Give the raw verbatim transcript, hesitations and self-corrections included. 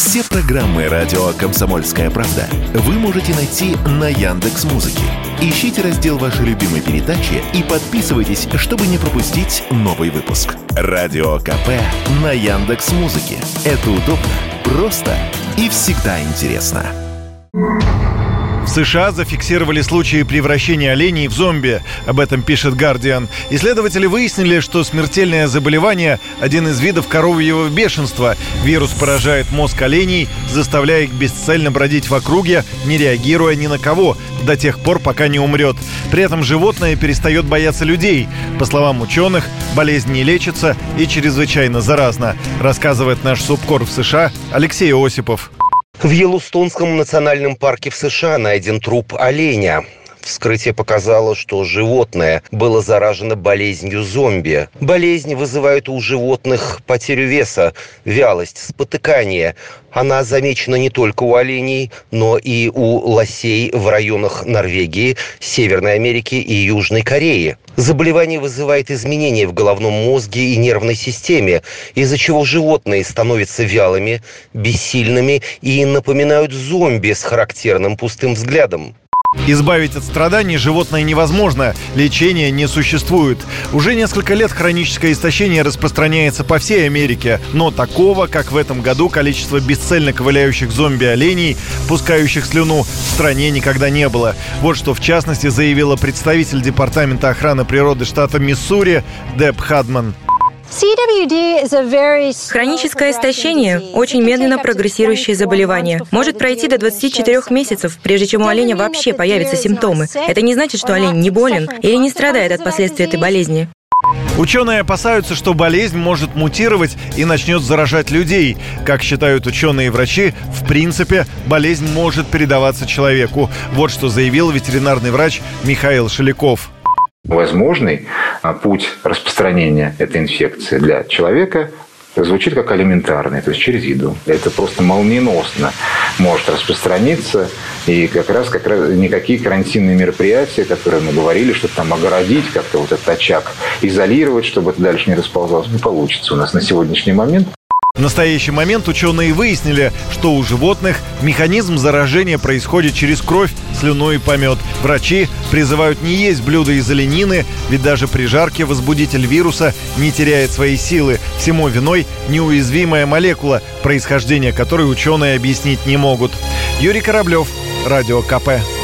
Все программы радио «Комсомольская правда» вы можете найти на Яндекс.Музыке. Ищите раздел вашей любимой передачи и подписывайтесь, чтобы не пропустить новый выпуск. Радио КП на Яндекс.Музыке. Это удобно, просто и всегда интересно. В США зафиксировали случаи превращения оленей в зомби. Об этом пишет «Гардиан». Исследователи выяснили, что смертельное заболевание – один из видов коровьего бешенства. Вирус поражает мозг оленей, заставляя их бесцельно бродить в округе, не реагируя ни на кого, до тех пор, пока не умрет. При этом животное перестает бояться людей. По словам ученых, болезнь не лечится и чрезвычайно заразна, рассказывает наш субкор в США Алексей Осипов. В Йеллоустонском национальном парке в США найден труп оленя. Вскрытие показало, что животное было заражено болезнью зомби. Болезнь вызывает у животных потерю веса, вялость, спотыкание. Она замечена не только у оленей, но и у лосей в районах Норвегии, Северной Америки и Южной Кореи. Заболевание вызывает изменения в головном мозге и нервной системе, из-за чего животные становятся вялыми, бессильными и напоминают зомби с характерным пустым взглядом. Избавить от страданий животное невозможно, лечения не существует. Уже несколько лет хроническое истощение распространяется по всей Америке, но такого, как в этом году, количество бесцельно ковыляющих зомби-оленей, пускающих слюну, в стране никогда не было. Вот что, в частности, заявила представитель Департамента охраны природы штата Миссури Деб Хадман. Хроническое истощение – очень медленно прогрессирующее заболевание. Может пройти до двадцати четырёх месяцев, прежде чем у оленя вообще появятся симптомы. Это не значит, что олень не болен или не страдает от последствий этой болезни. Ученые опасаются, что болезнь может мутировать и начнет заражать людей. Как считают ученые и врачи, в принципе, болезнь может передаваться человеку. Вот что заявил ветеринарный врач Михаил Шеляков. Возможный путь распространения этой инфекции для человека звучит как элементарный, то есть через еду. Это просто молниеносно может распространиться. И как раз, как раз никакие карантинные мероприятия, которые мы говорили, что там огородить, как-то вот этот очаг изолировать, чтобы это дальше не расползалось, не получится у нас на сегодняшний момент. В настоящий момент ученые выяснили, что у животных механизм заражения происходит через кровь, слюну и помет. Врачи призывают не есть блюда из оленины, ведь даже при жарке возбудитель вируса не теряет своей силы. Всему виной неуязвимая молекула, происхождение которой ученые объяснить не могут. Юрий Кораблев, Радио КП.